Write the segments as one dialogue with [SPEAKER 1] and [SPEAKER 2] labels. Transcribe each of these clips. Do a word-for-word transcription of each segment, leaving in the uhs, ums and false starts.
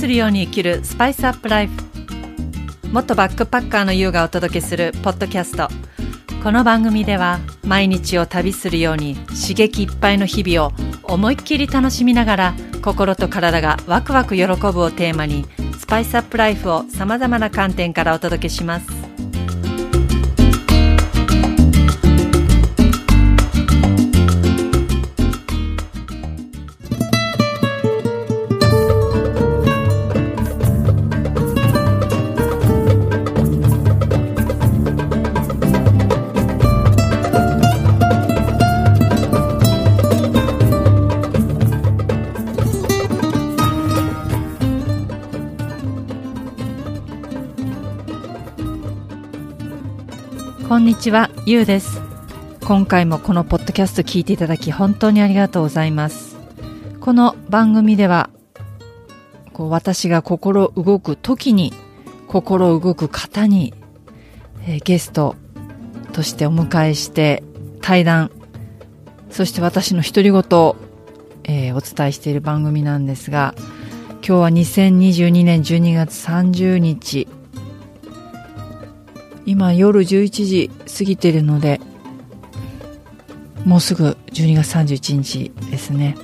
[SPEAKER 1] するように生きるスパイスアップライフ。元バックパッカーの優がお届けするポッドキャスト。この番組では毎日を旅するように刺激いっぱいの日々を思いっきり楽しみながら、心と体がワクワク喜ぶをテーマにスパイスアップライフをさまざまな観点からお届けします。こんにちは、ゆうです。今回もこのポッドキャスト聞いていただき本当にありがとうございます。この番組ではこう私が心動く時に心動く方に、えー、ゲストとしてお迎えして対談、そして私の独り言を、えー、お伝えしている番組なんですが、今日はにせんにじゅうにねんじゅうにがつさんじゅうにち、今夜じゅういちじ過ぎているので、もうすぐじゅうにがつさんじゅういちにちですね。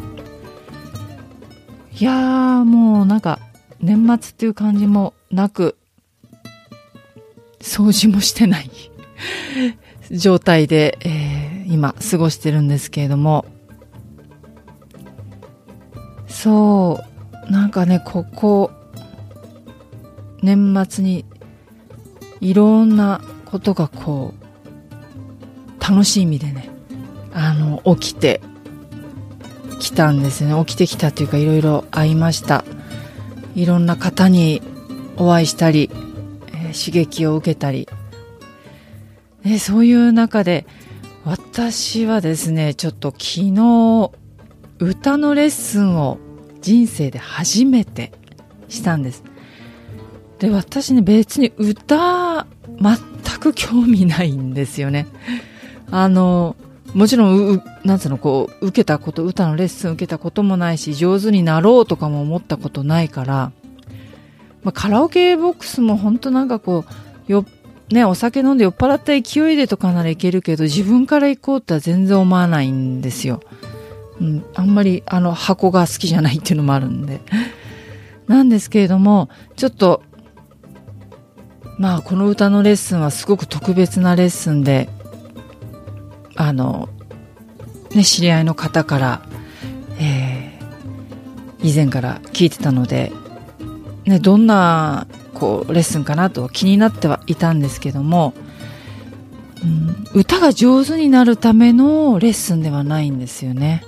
[SPEAKER 1] いやー、もうなんか年末っていう感じもなく、掃除もしてない状態で、えー、今過ごしてるんですけれども、そうなんかね、ここ年末にいろんなことがこう楽しい意味でね、あの起きてきたんですね。起きてきたというか、いろいろ会いました。いろんな方にお会いしたり、えー、刺激を受けたり、ね、そういう中で私はですね、ちょっと昨日歌のレッスンを人生で初めてしたんです。で、私ね、別に歌全く興味ないんですよね。あのもちろんうなんつうのこう受けたこと歌のレッスン受けたこともないし、上手になろうとかも思ったことないから、まあ、カラオケボックスも本当なんかこうよね、お酒飲んで酔っ払った勢いでとかならいけるけど、自分から行こうとは全然思わないんですよ。うん、あんまりあの箱が好きじゃないっていうのもあるんでなんですけれども、ちょっとまあこの歌のレッスンはすごく特別なレッスンで、あのね、知り合いの方から、えー、以前から聞いてたので、ね、どんなこうレッスンかなと気になってはいたんですけども、うん、歌が上手になるためのレッスンではないんですよね。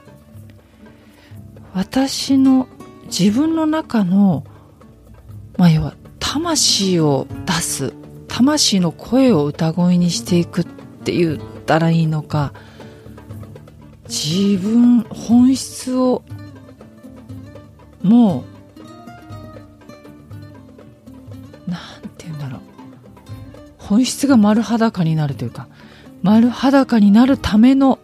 [SPEAKER 1] 私の自分の中の、まあ要は魂を出す、魂の声を歌声にしていくって言ったらいいのか、自分本質をもうなんて言うんだろう、本質が丸裸になるというか、丸裸になるための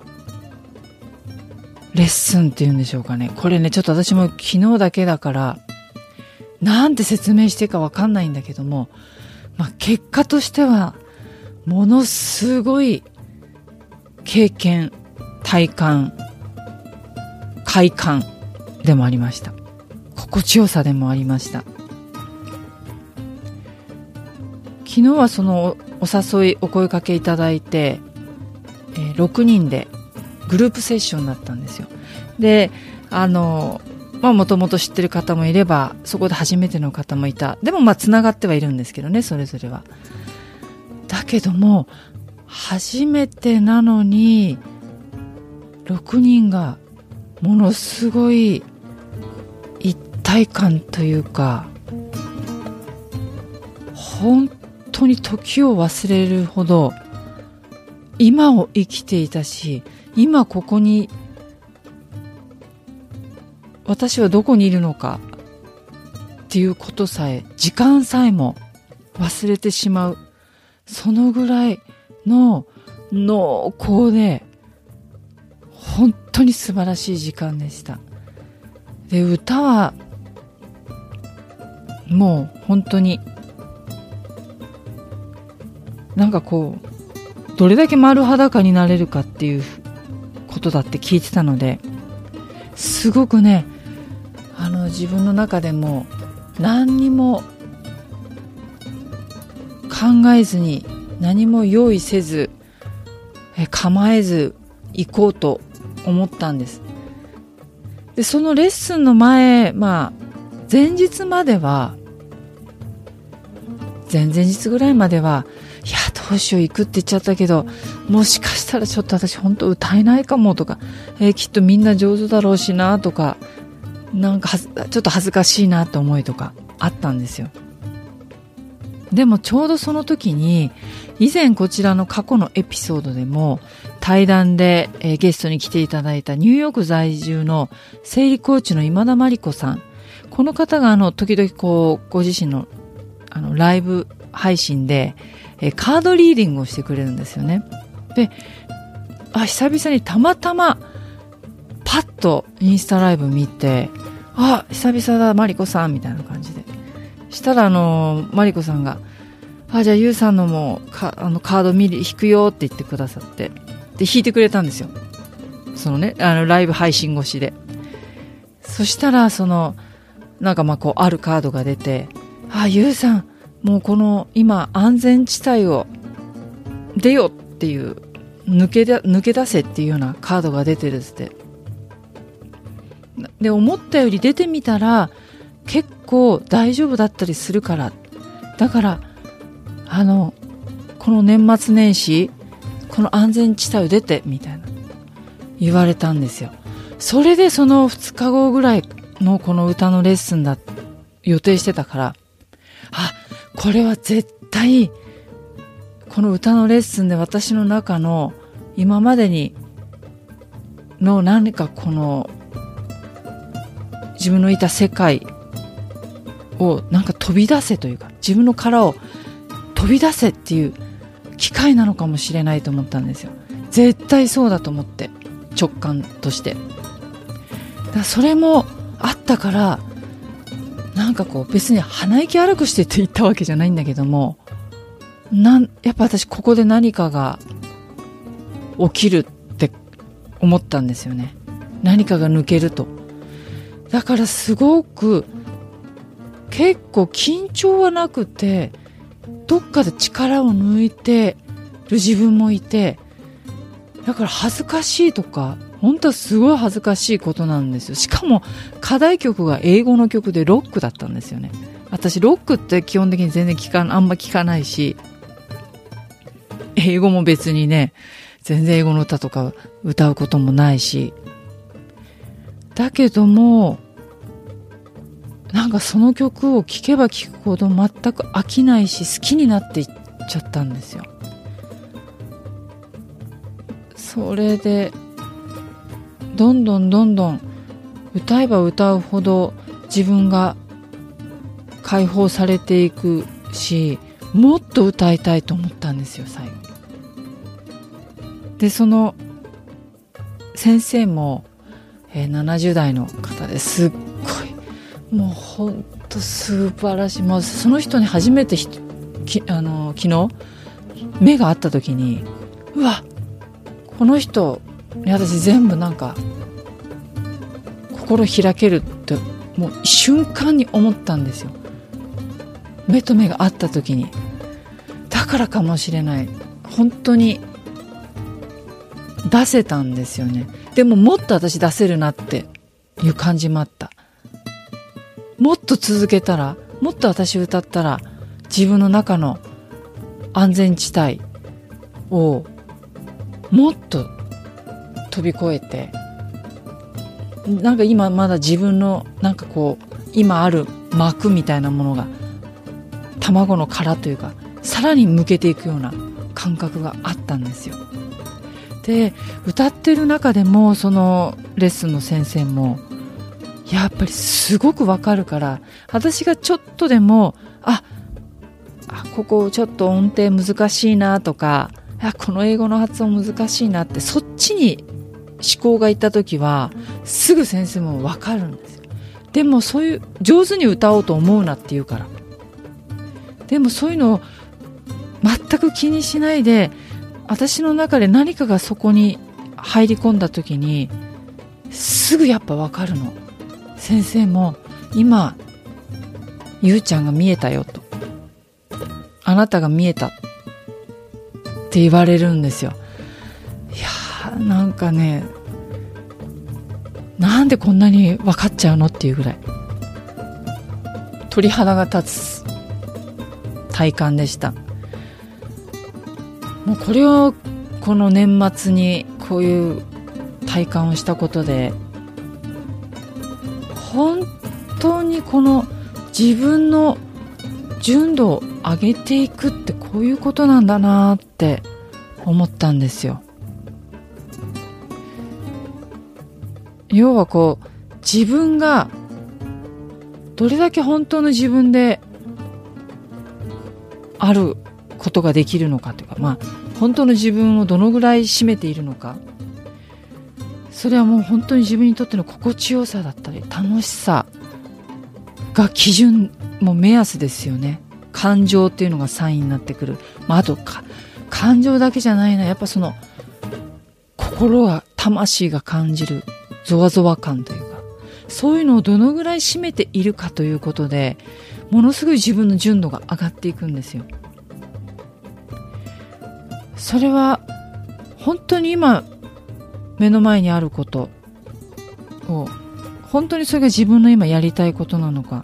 [SPEAKER 1] レッスンっていうんでしょうかね。これね、ちょっと私も昨日だけだからなんて説明していいかわかんないんだけども、まあ、結果としてはものすごい経験、体感、快感でもありました。心地よさでもありました。昨日はそのお誘い、お声かけいただいて、えー、ろくにんでグループセッションだったんですよ。で、あのまあもともと知ってる方もいれば、そこで初めての方もいた。でもまあつながってはいるんですけどね、それぞれは。だけども初めてなのにろくにんがものすごい一体感というか、本当に時を忘れるほど今を生きていたし、今ここに私はどこにいるのかっていうことさえ、時間さえも忘れてしまう、そのぐらいの濃厚で本当に素晴らしい時間でした。で、歌はもう本当になんかこうどれだけ丸裸になれるかっていうことだって聞いてたので、すごくね、あの自分の中でも何にも考えずに、何も用意せず、え構えず行こうと思ったんです。でそのレッスンの前、まあ前日までは前々日ぐらいまでは、いやどうしよう行くって言っちゃったけど、もしかしたらちょっと私本当歌えないかもとか、えー、きっとみんな上手だろうしなとか、なんかはずちょっと恥ずかしいなって思いとかあったんですよ。でもちょうどその時に、以前こちらの過去のエピソードでも対談で、えー、ゲストに来ていただいたニューヨーク在住の生理コーチの今田真理子さん、この方があの時々こうご自身のあのライブ配信で、えー、カードリーディングをしてくれるんですよね。で、あ、久々にたまたまパッとインスタライブ見て、あ、久々だマリコさんみたいな感じで、したらあのマリコさんが、あ、じゃあゆうさんのもかあのカード見る引くよって言ってくださって、で引いてくれたんですよ、そのね、あのライブ配信越しで。そしたらそのなんかまあこうあるカードが出て、あ、ゆうさんもうこの今安全地帯を出よっていう、抜けだ抜け出せっていうようなカードが出てるって。で思ったより出てみたら結構大丈夫だったりするから、だからあのこの年末年始この安全地帯を出てみたいな言われたんですよ。それでそのふつかごぐらいのこの歌のレッスンだ予定してたから、あ、これは絶対この歌のレッスンで私の中の今までにの何かこの自分のいた世界をなんか飛び出せというか、自分の殻を飛び出せっていう機会なのかもしれないと思ったんですよ。絶対そうだと思って、直感として。だからそれもあったから、なんかこう別に鼻息荒くしてって言ったわけじゃないんだけども、なんやっぱ私ここで何かが起きるって思ったんですよね。何かが抜けると。だからすごく結構緊張はなくて、どっかで力を抜いてる自分もいて、だから恥ずかしいとか本当はすごい恥ずかしいことなんですよ。しかも課題曲が英語の曲でロックだったんですよね。私ロックって基本的に全然聞かあんま聞かないし、英語も別にね全然英語の歌とか歌うこともないし、だけどもなんかその曲を聴けば聴くほど全く飽きないし好きになっていっちゃったんですよ。それでどんどんどんどん歌えば歌うほど自分が解放されていくし、もっと歌いたいと思ったんですよ、最後に。でその先生も、えー、ななじゅう代の方ですっごいもうほんと素晴らしい。もうその人に初めてひきあの昨日目が合った時に、うわこの人に私全部なんか心開けるってもう瞬間に思ったんですよ。目と目が合った時に。だからかもしれない、本当に出せたんですよね。でももっと私出せるなっていう感じもあった。もっと続けたら、もっと私歌ったら自分の中の安全地帯をもっと飛び越えて、なんか今まだ自分のなんかこう今ある膜みたいなものが卵の殻というかさらに向けていくような感覚があったんですよ。で歌ってる中でもそのレッスンの先生もやっぱりすごくわかるから、私がちょっとでもああここちょっと音程難しいなとか、あこの英語の発音難しいなってそっちに思考がいった時はすぐ先生もわかるんですよ。 でもそういう上手に歌おうと思うなって言うから。でもそういうのを全く気にしないで、私の中で何かがそこに入り込んだ時にすぐやっぱ分かるの。先生も今ゆうちゃんが見えたよと、あなたが見えたって言われるんですよ。いやー、なんかね、なんでこんなに分かっちゃうのっていうぐらい鳥肌が立つ体感でした。もうこれをこの年末にこういう体感をしたことで、本当にこの自分の純度を上げていくってこういうことなんだなって思ったんですよ。要はこう自分がどれだけ本当の自分であることができるのかというか、まあ本当の自分をどのぐらい占めているのか、それはもう本当に自分にとっての心地よさだったり楽しさが基準、もう目安ですよね。感情っていうのがサインになってくる。まあ、あとか感情だけじゃないな、やっぱその心が魂が感じるゾワゾワ感というか、そういうのをどのぐらい占めているかということで、ものすごい自分の純度が上がっていくんですよ。それは本当に今目の前にあることを、本当にそれが自分の今やりたいことなのか、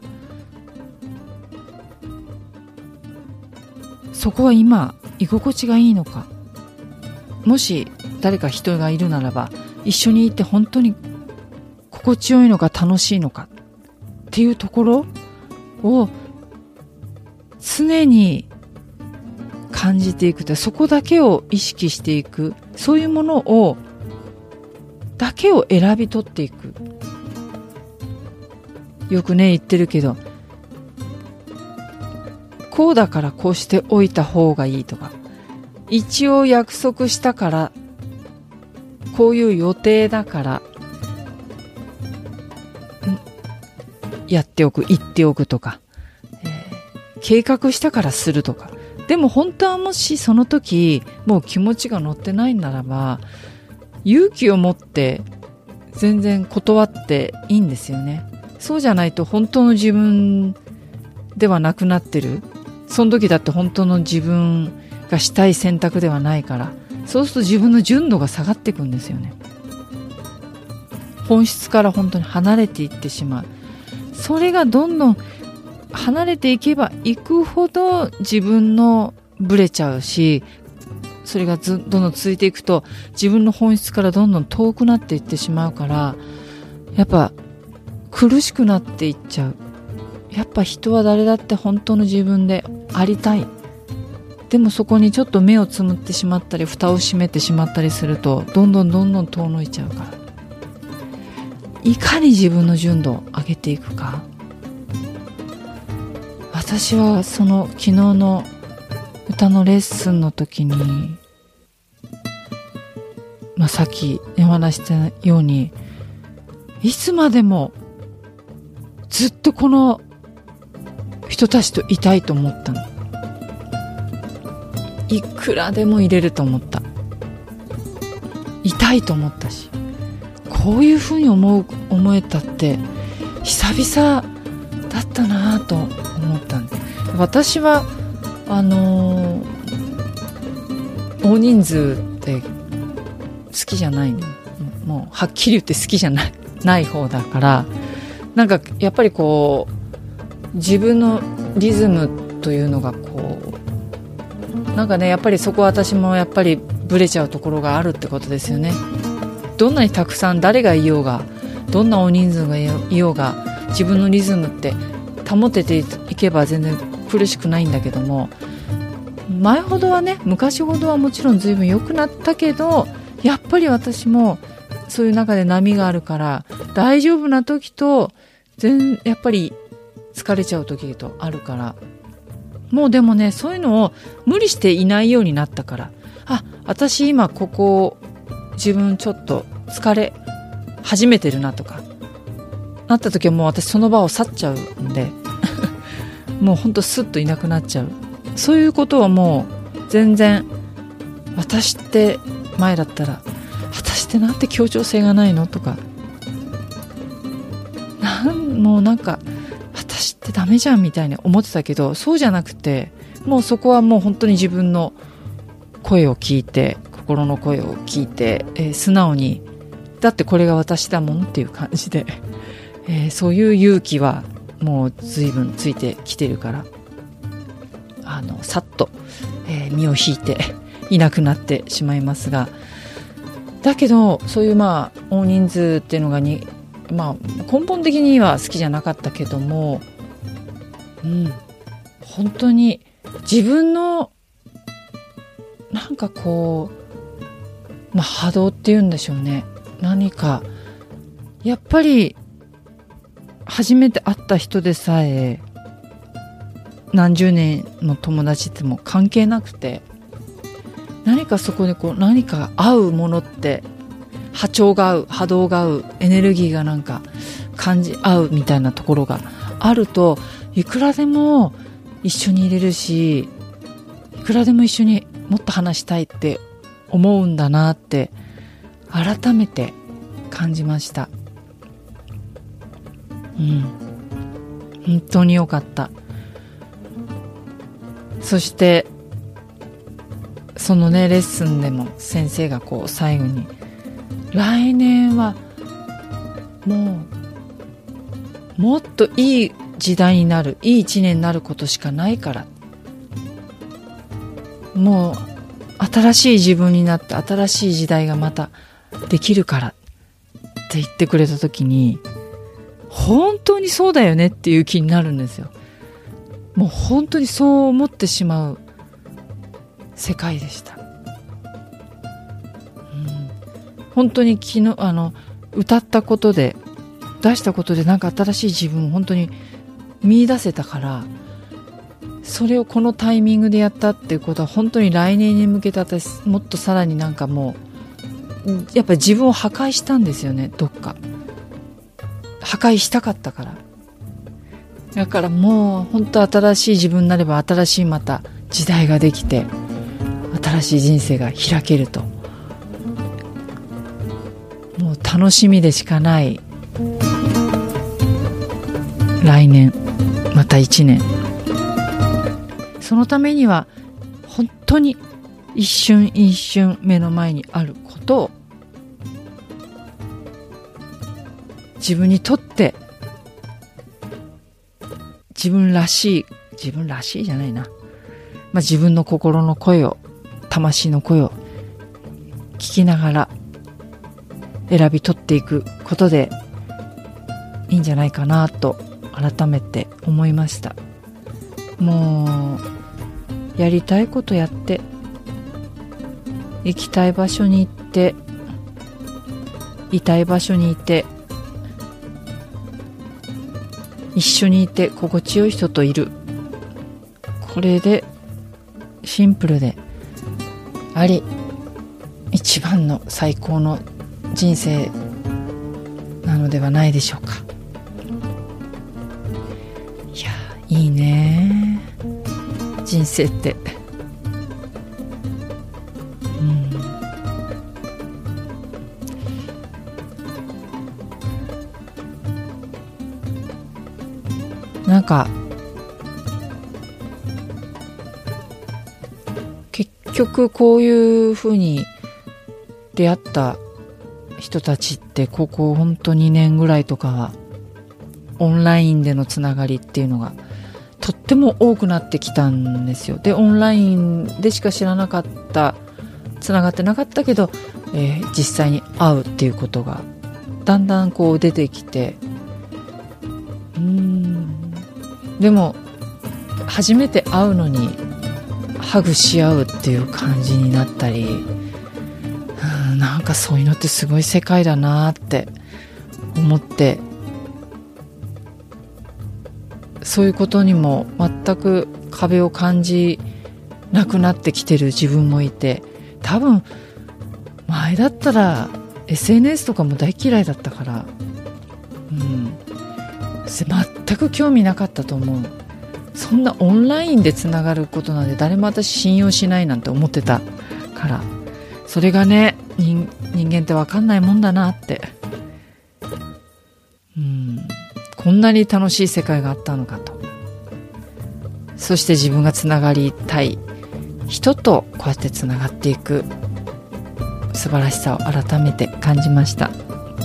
[SPEAKER 1] そこは今居心地がいいのか、もし誰か人がいるならば一緒にいて本当に心地よいのか楽しいのかっていうところを常に感じていくと、そこだけを意識していく、そういうものをだけを選び取っていく。よくね言ってるけど、こうだからこうしておいた方がいいとか、一応約束したからこういう予定だからやっておく、言っておくとか、えー、計画したからするとか。でも本当はもしその時もう気持ちが乗ってないならば、勇気を持って全然断っていいんですよね。そうじゃないと本当の自分ではなくなってる。その時だって本当の自分がしたい選択ではないから、そうすると自分の純度が下がっていくんですよね。本質から本当に離れていってしまう。それがどんどん離れていけばいくほど自分のブレちゃうし、それがずどんどん続いていくと自分の本質からどんどん遠くなっていってしまうから、やっぱ苦しくなっていっちゃう。やっぱ人は誰だって本当の自分でありたい。でもそこにちょっと目をつむってしまったり蓋を閉めてしまったりすると、どんどんどんどん遠のいちゃうから、いかに自分の純度を上げていくか。私はその昨日の歌のレッスンの時に、まあ、さっきお話したように、いつまでもずっとこの人たちといたいと思ったの。いくらでも入れると思った。いたいと思ったし、こういうふうに思う思えたって久々だったなと思ったんで、私はあのー、大人数って好きじゃないの。もうはっきり言って好きじゃない、ない方だから、なんかやっぱりこう自分のリズムというのがこうなんかね、やっぱりそこは私もやっぱりブレちゃうところがあるってことですよね。どんなにたくさん誰がいようが、どんな大人数がいようが、自分のリズムって保てていけば全然苦しくないんだけども、前ほどはね、昔ほどはもちろん随分良くなったけど、やっぱり私もそういう中で波があるから、大丈夫な時と全やっぱり疲れちゃう時とあるから、もうでもね、そういうのを無理していないようになったから、あ、私今ここ自分ちょっと疲れ始めてるなとか、 なった時はもう私その場を去っちゃうんでもうほんとスッといなくなっちゃう。そういうことはもう全然、私って前だったら私ってなんて協調性がないのとか、なんもうなんか私ってダメじゃんみたいに思ってたけど、そうじゃなくて、もうそこはもう本当に自分の声を聞いて、心の声を聞いて、えー、素直に、だってこれが私だもんっていう感じで、えー、そういう勇気はもう随分ついてきてるから、あのさっと、えー、身を引いていなくなってしまいますが、だけどそういうまあ大人数っていうのがに、まあ、根本的には好きじゃなかったけども、うん、本当に自分のなんかこう、まあ、波動っていうんでしょうね。何かやっぱり初めて会った人でさえ何十年の友達っても関係なくて、何かそこでこう何か合うものって、波長が合う、波動が合う、エネルギーがなんか感じ合うみたいなところがあると、いくらでも一緒にいれるし、いくらでも一緒にもっと話したいって思うんだなって改めて感じました。うん、本当に良かった。そしてそのねレッスンでも先生がこう最後に、来年はもうもっといい時代になる、いい一年になることしかないから、もう新しい自分になって新しい時代がまたできるからって言ってくれた時に、本当にそうだよねっていう気になるんですよ。もう本当にそう思ってしまう世界でした。うん、本当に昨日あの歌ったことで、出したことで、なんか新しい自分を本当に見出せたから、それをこのタイミングでやったっていうことは本当に来年に向けて、私もっとさらになんかもうやっぱり自分を破壊したんですよね。どっか破壊したかったから。だからもう本当新しい自分になれば、新しいまた時代ができて、新しい人生が開けると、もう楽しみでしかない来年、また一年。そのためには本当に一瞬一瞬目の前にあることを自分にとって自分らしい、自分らしいじゃないな、まあ、自分の心の声を、魂の声を聞きながら選び取っていくことでいいんじゃないかなと改めて思いました。もうやりたいことやって、行きたい場所に行って、いたい場所にいて、一緒にいて心地よい人といる、これでシンプルであり一番の最高の人生なのではないでしょうか。いやいいね人生って。なんか結局こういうふうに出会った人たちって、ここ本当にねんぐらいとかはオンラインでのつながりっていうのがとっても多くなってきたんですよ。でオンラインでしか知らなかった、つながってなかったけど、えー、実際に会うっていうことがだんだんこう出てきて、うーんでも初めて会うのにハグし合うっていう感じになったり、うん、なんかそういうのってすごい世界だなって思って、そういうことにも全く壁を感じなくなってきてる自分もいて、多分前だったら エスエヌエス とかも大嫌いだったから、うん全く興味なかったと思う。そんなオンラインでつながることなんて誰も私信用しないなんて思ってたから、それがね、人, 人間って分かんないもんだなって、うん、こんなに楽しい世界があったのかと。そして自分がつながりたい人とこうやってつながっていく素晴らしさを改めて感じました。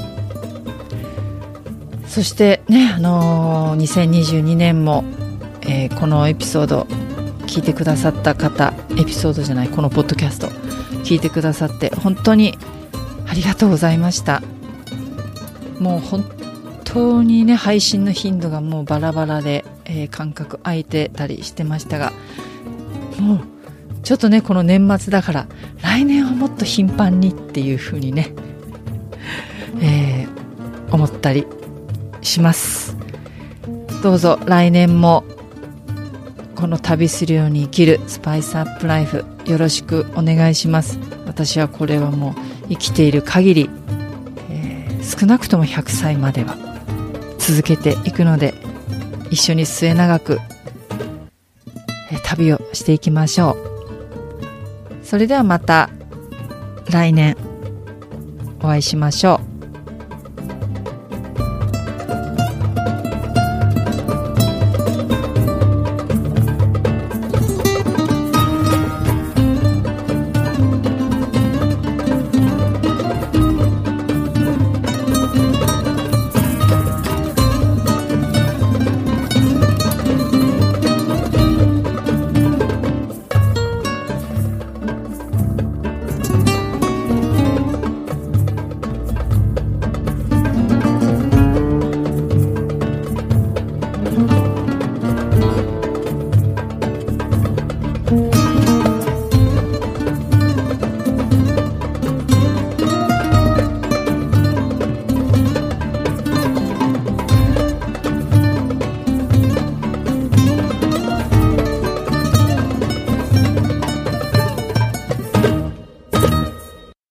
[SPEAKER 1] そしてね、あのー、にせんにじゅうにねんも、えー、このエピソード聞いてくださった方、エピソードじゃない、このポッドキャスト聞いてくださって本当にありがとうございました。もう本当にね、配信の頻度がもうバラバラで、えー、間隔空いてたりしてましたが、もうちょっとね、この年末だから来年はもっと頻繁にっていう風にね、えー、思ったりします。どうぞ来年もこの旅するように生きるスパイスアップライフよろしくお願いします。私はこれはもう生きている限り、えー、少なくともひゃくさいまでは続けていくので、一緒に末永く、えー、旅をしていきましょう。それではまた来年お会いしましょう。